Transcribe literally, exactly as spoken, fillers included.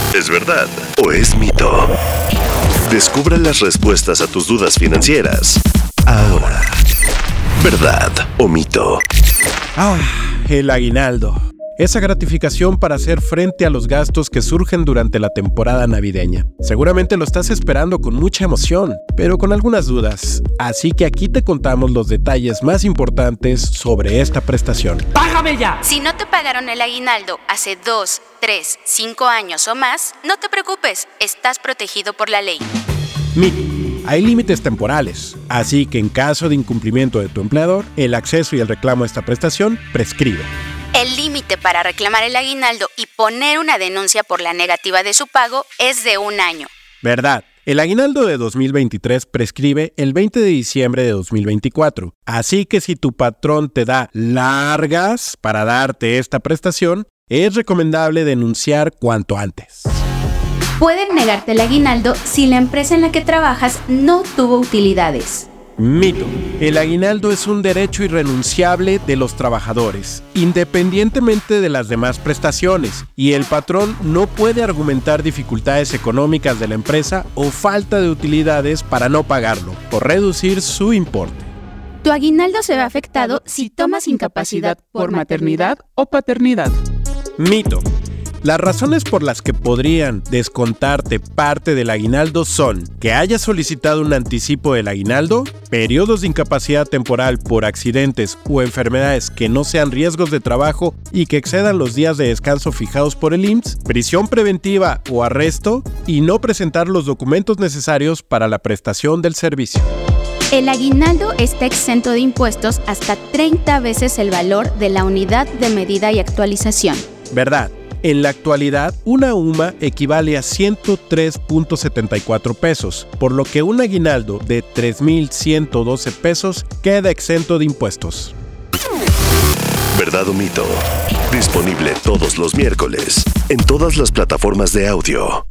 ¿Es verdad o es mito? Descubra las respuestas a tus dudas financieras ahora. ¿Verdad o mito? Ah, el aguinaldo. Esa gratificación para hacer frente a los gastos que surgen durante la temporada navideña. Seguramente lo estás esperando con mucha emoción, pero con algunas dudas. Así que aquí te contamos los detalles más importantes sobre esta prestación. ¡Págame ya! Si no te pagaron el aguinaldo hace dos, tres, cinco años o más, no te preocupes, estás protegido por la ley. Mito. Hay límites temporales, así que en caso de incumplimiento de tu empleador, el acceso y el reclamo a esta prestación prescribe. El límite para reclamar el aguinaldo y poner una denuncia por la negativa de su pago es de un año. ¿Verdad? El aguinaldo de dos mil veintitrés prescribe el veinte de diciembre de dos mil veinticuatro, así que si tu patrón te da largas para darte esta prestación, es recomendable denunciar cuanto antes. Pueden negarte el aguinaldo si la empresa en la que trabajas no tuvo utilidades. Mito. El aguinaldo es un derecho irrenunciable de los trabajadores, independientemente de las demás prestaciones, y el patrón no puede argumentar dificultades económicas de la empresa o falta de utilidades para no pagarlo o reducir su importe. Tu aguinaldo se ve afectado si tomas incapacidad por maternidad o paternidad. Mito. Las razones por las que podrían descontarte parte del aguinaldo son que hayas solicitado un anticipo del aguinaldo, periodos de incapacidad temporal por accidentes o enfermedades que no sean riesgos de trabajo y que excedan los días de descanso fijados por el I M S S, prisión preventiva o arresto y no presentar los documentos necesarios para la prestación del servicio. El aguinaldo está exento de impuestos hasta treinta veces el valor de la unidad de medida y actualización. ¿Verdad? En la actualidad, una U M A equivale a ciento tres punto setenta y cuatro pesos, por lo que un aguinaldo de tres mil ciento doce pesos queda exento de impuestos. ¿Verdad o mito? Disponible todos los miércoles en todas las plataformas de audio.